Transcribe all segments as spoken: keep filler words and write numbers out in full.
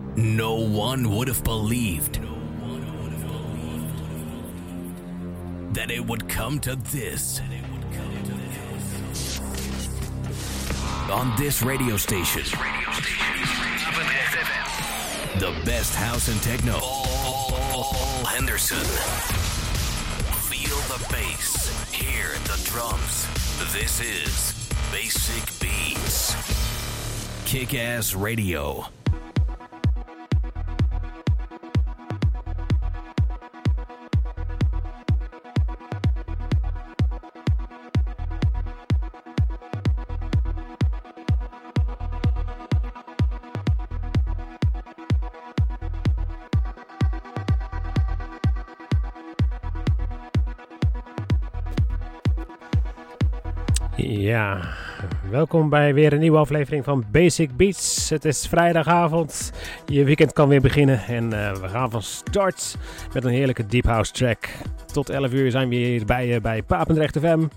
No one would have believed that it would come to this. On this radio station, the best house and techno. Paul Henderson. Feel the bass, hear the drums. This is Basic Beats. Kick-Ass Radio. Ja, welkom bij weer een nieuwe aflevering van Basic Beats. Het is vrijdagavond, je weekend kan weer beginnen en uh, we gaan van start met een heerlijke deep house track. Tot elf uur zijn we hier bij, uh, bij Papendrecht F M.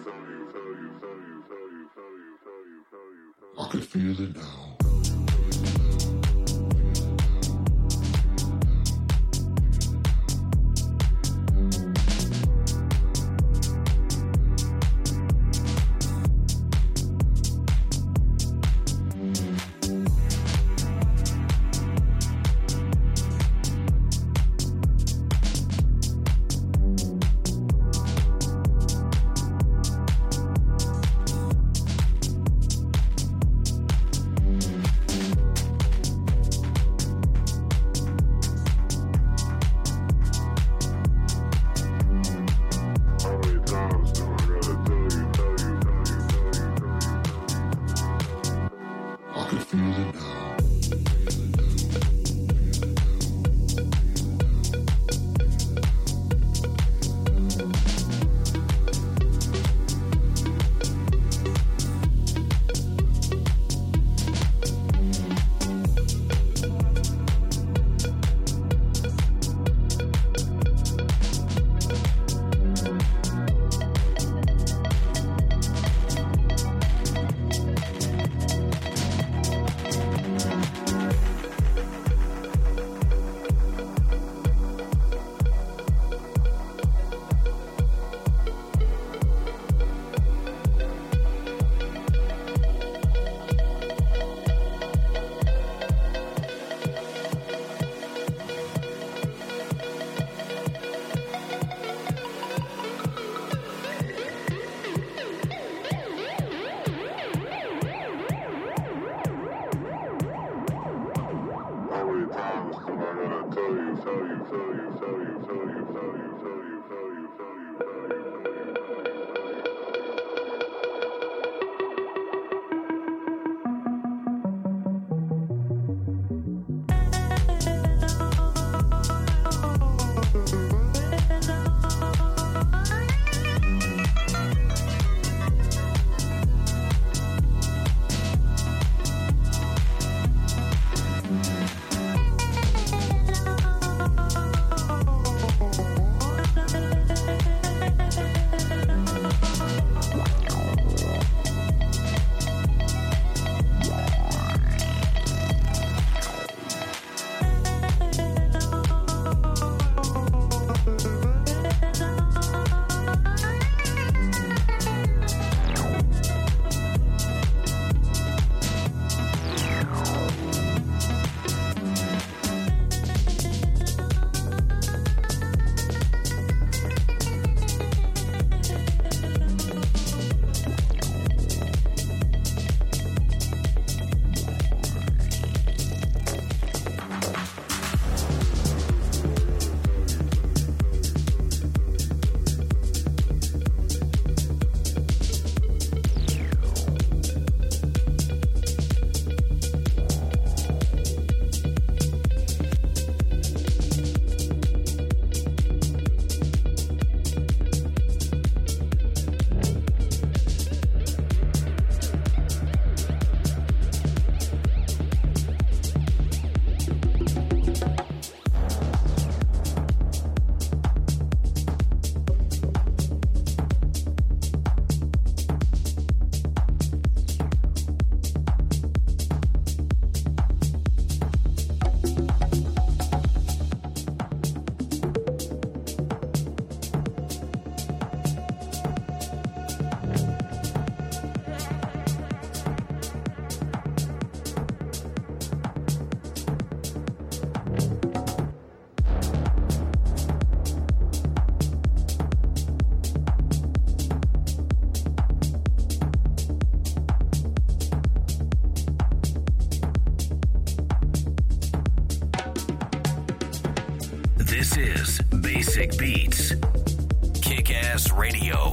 I could feel it now. This is Basic Beats, Kick-Ass Radio.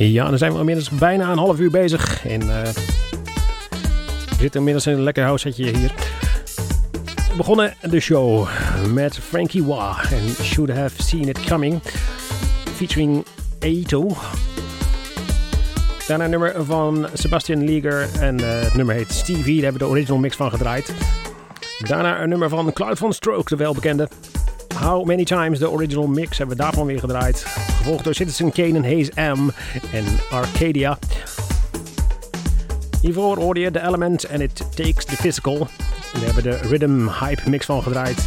Ja, dan zijn we inmiddels bijna een half uur bezig. En uh, we zitten inmiddels in een lekker housetje hier. We begonnen de show met Frankie Wah en Should Have Seen It Coming. Featuring Aito. Daarna een nummer van Sebastian Leger en uh, het nummer heet Stevie. Daar hebben we de original mix van gedraaid. Daarna een nummer van Cloud von Stroke, de welbekende. How Many Times, de original mix, hebben we daarvan weer gedraaid. Gevolgd door Citizen Kane en Haze M en Arcadia. Hiervoor hoorde je The Element en It Takes the Physical. En daar hebben we de Rhythm Hype mix van gedraaid.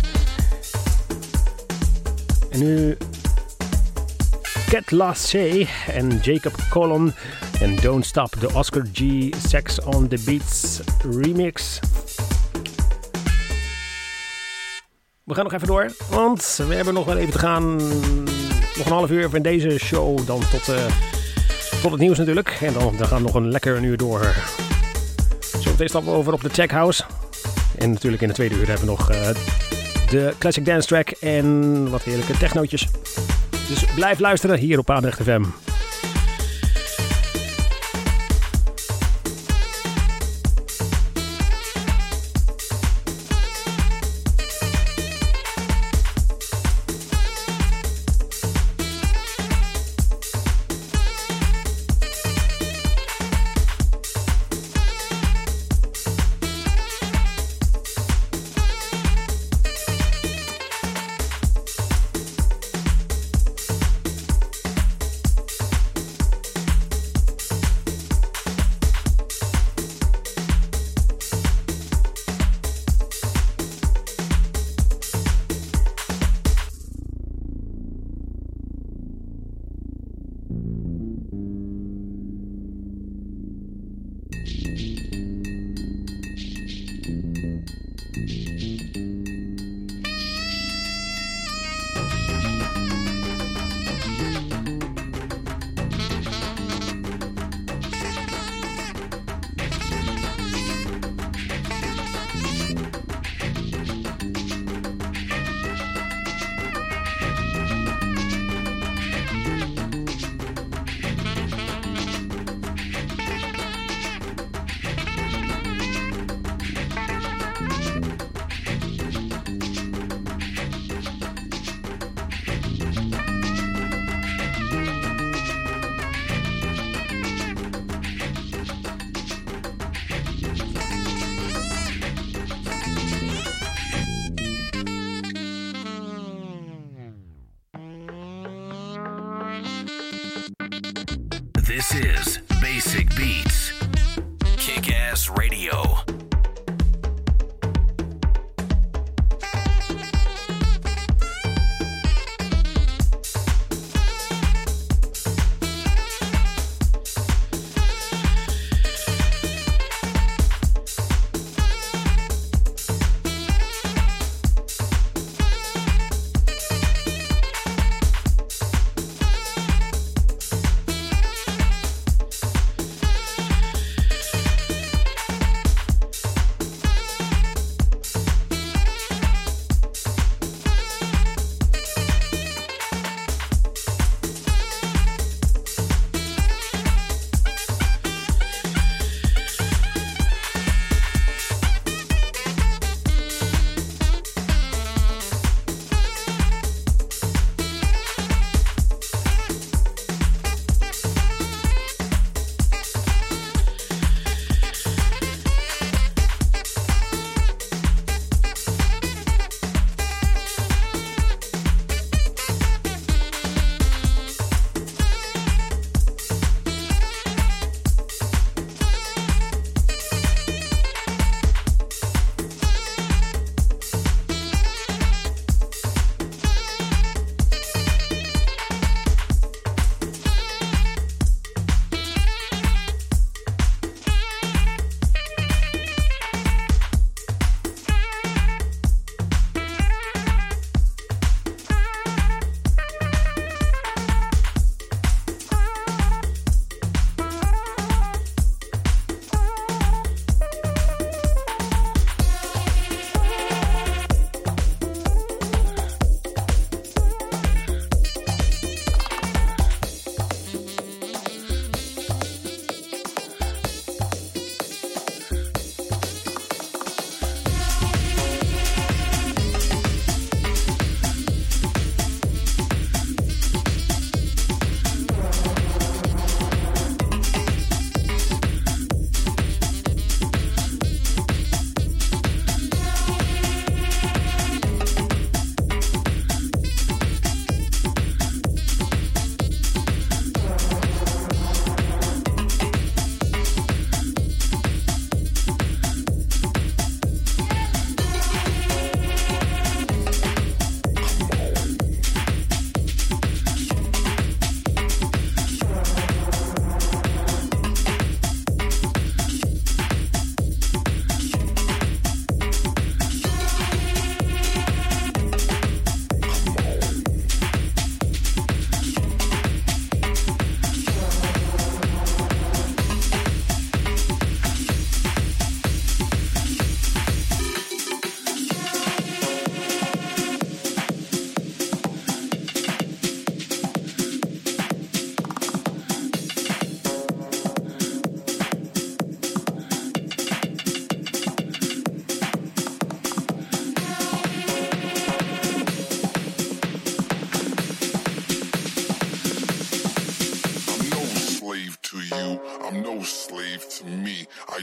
En nu Cat Lassé en Jacob Colon en Don't Stop, de Oscar G Sex on the Beats remix. We gaan nog even door, want we hebben nog wel even te gaan. Nog een half uur van deze show, dan tot, uh, tot het nieuws natuurlijk. En dan, dan gaan we nog een lekker een uur door. Zo meteen stappen we over op de Tech House. En natuurlijk in de tweede uur hebben we nog uh, de Classic Dance Track en wat heerlijke technootjes. Dus blijf luisteren hier op Aandacht F M. This is Basic Beats, Kick-Ass Radio.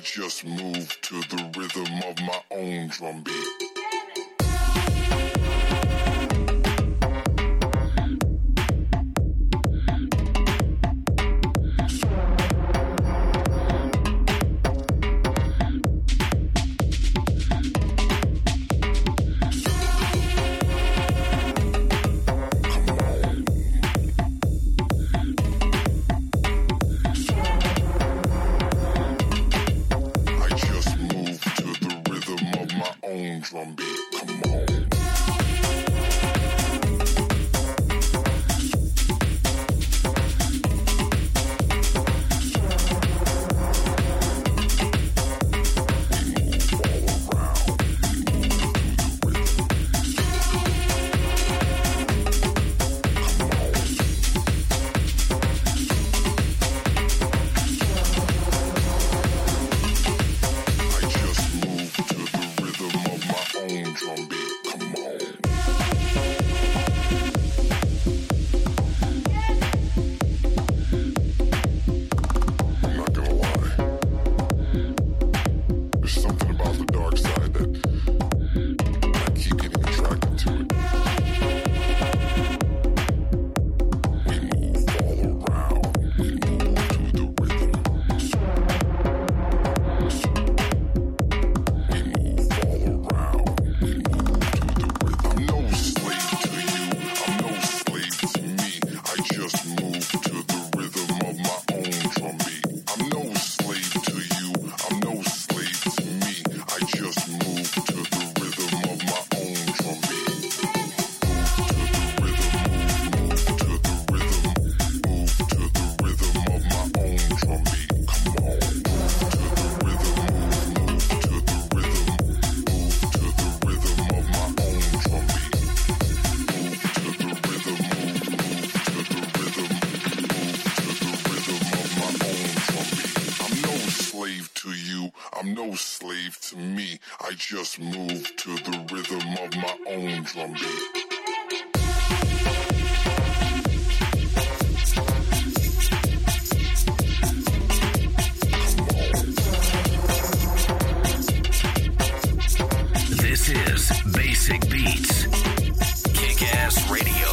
just move to the rhythm of my own drum beat. Drum beat, come on. Drum beat, come on. I'm not gonna lie. There's something about the dark side that I keep getting attracted to it. We move all around. We move to the rhythm. We move all around. I'm no slave to you, I'm no slave to me. I just move to the rhythm of my own drum beat. I'm no slave to you, I'm no slave to me. I just move to the rhythm of my own drum beat. Move to the rhythm, move, move to the rhythm, move to the rhythm of my own drum beat. Come on, move to the rhythm, move, move to the rhythm, move to the rhythm of my own drum beat. I'm no slave to me. I just move to the rhythm of my own drum beat. This is Basic Beats, Kick-Ass Radio.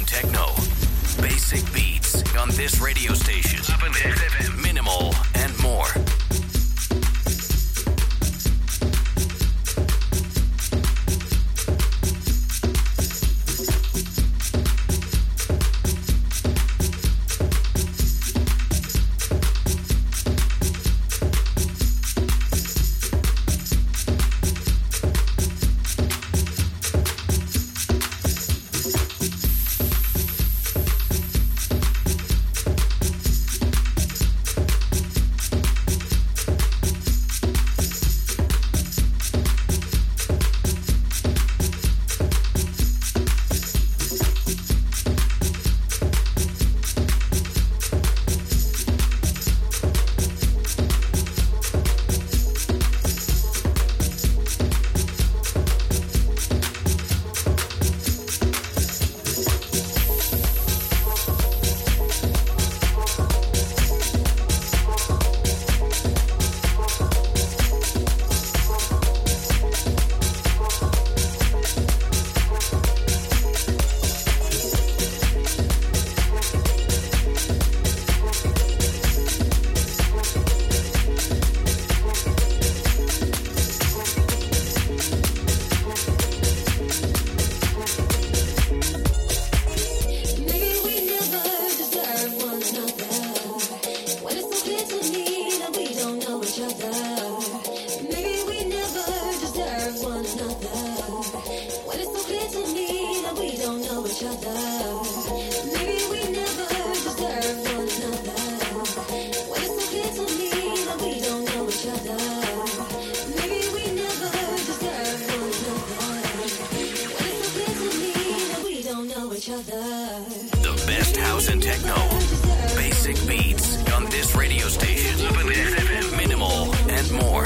and techno. Basic beats on this radio station. Up and F M, minimal and more. The best house and techno. Basic beats on this radio station. Up and F M, minimal and more.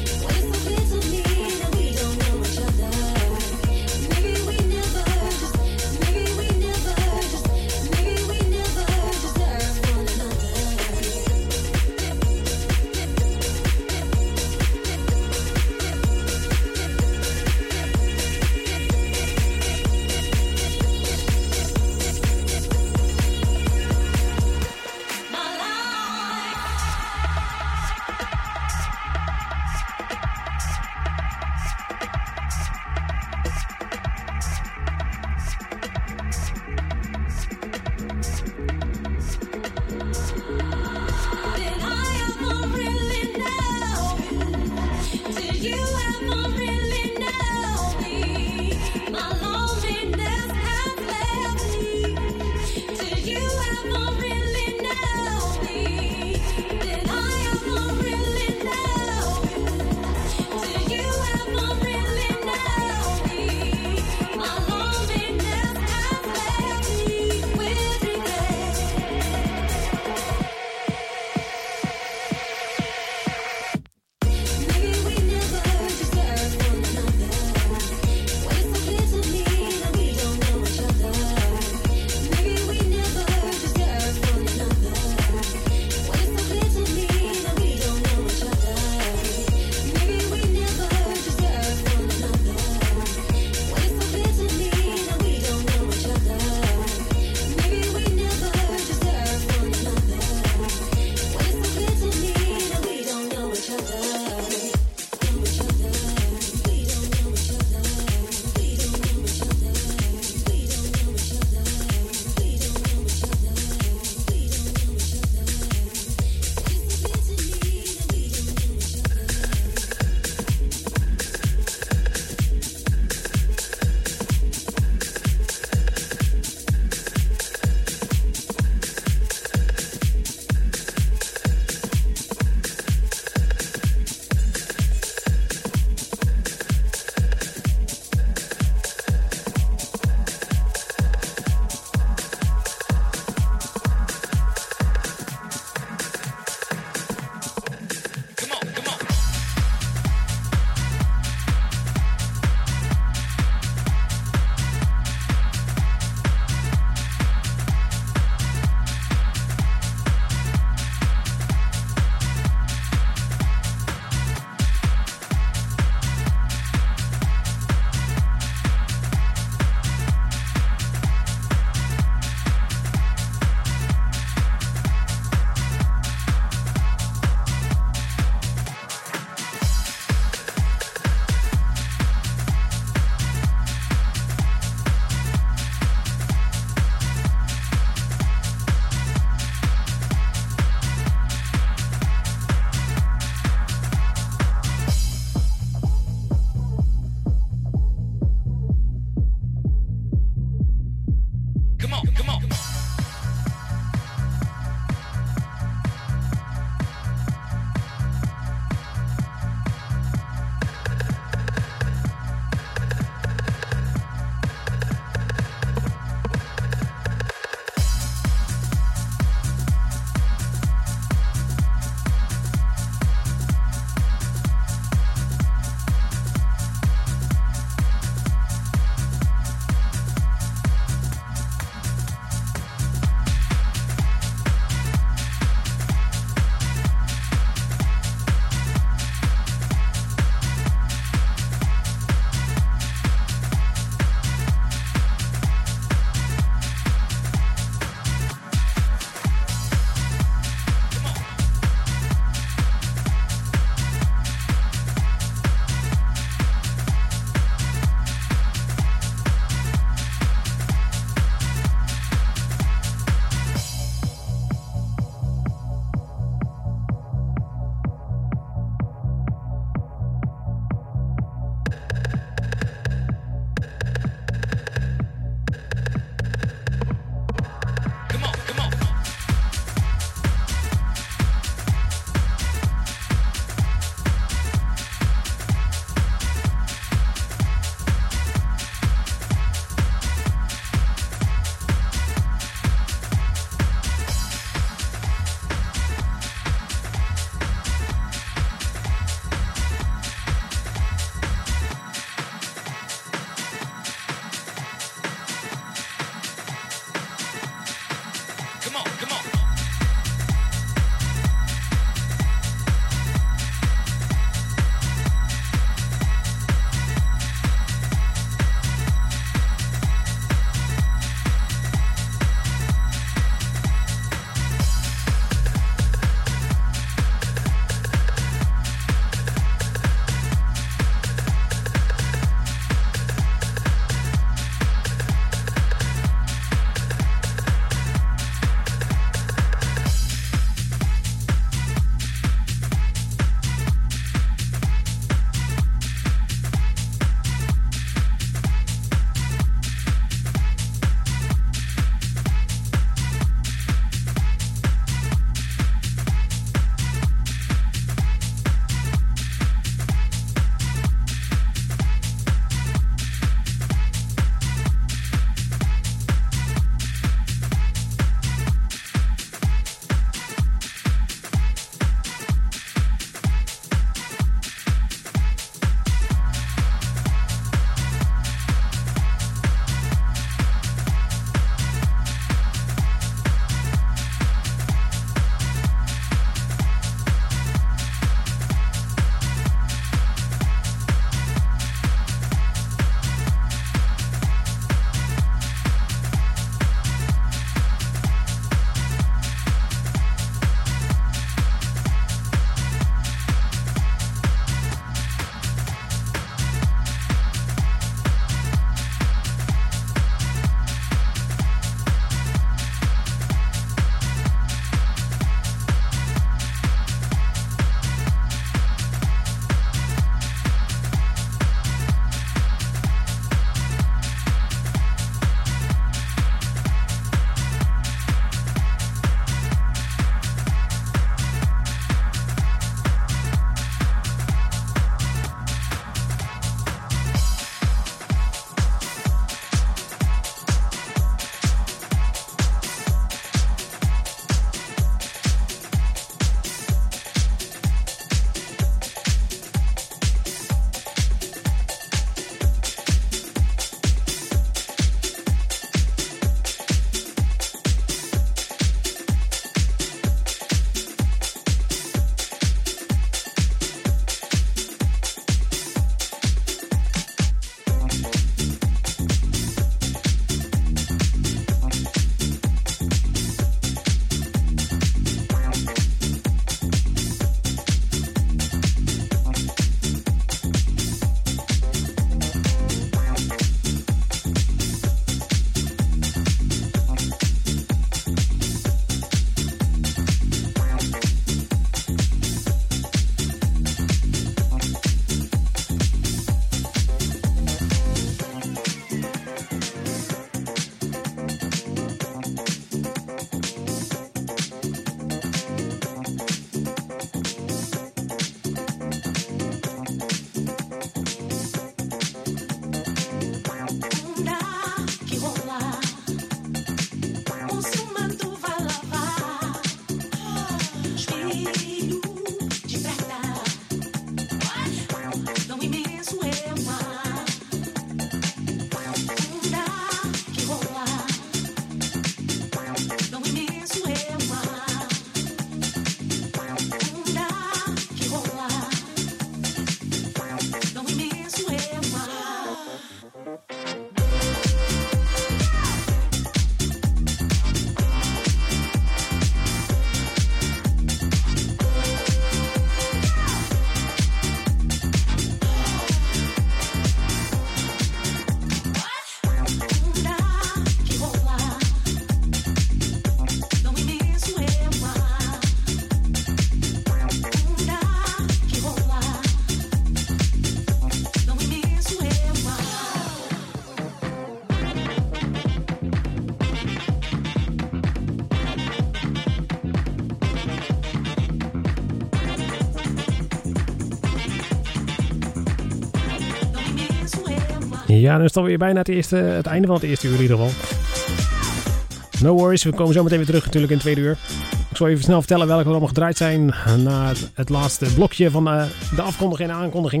Ja, dan is het alweer bijna het, eerste, het einde van het eerste uur in ieder geval. No worries, we komen zo meteen weer terug natuurlijk in het tweede uur. Ik zal even snel vertellen welke er allemaal gedraaid zijn na het, het laatste blokje van de, de afkondiging en aankondiging.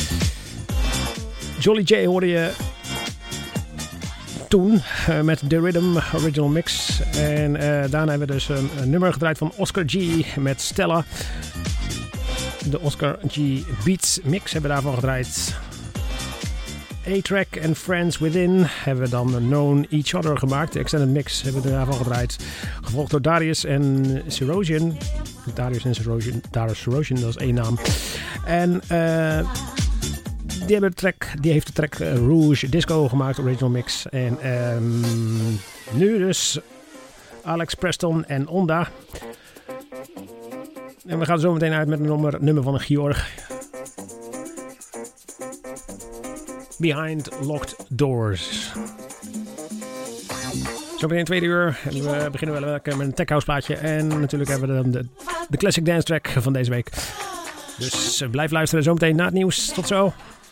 Jolly J hoorde je toen uh, met The Rhythm Original Mix. En uh, daarna hebben we dus een, een nummer gedraaid van Oscar G met Stella. De Oscar G Beats Mix hebben we daarvan gedraaid. A-Track en Friends Within hebben we dan Known Each Other gemaakt. De Extended Mix hebben we daarvan gedraaid. Gevolgd door Darius en Serosian. Darius en Serosian. Darius Serosian, dat is één naam. En uh, die, hebben de track, die heeft de track uh, Rouge Disco gemaakt, original mix. En um, nu dus Alex Preston en Onda. En we gaan zo meteen uit met een nummer, nummer van een Georg. Behind Locked Doors. Zo meteen in het tweede uur. En we beginnen wel lekker met een tech house plaatje. En natuurlijk hebben we dan de, de classic dance track van deze week. Dus blijf luisteren zometeen na het nieuws. Tot zo.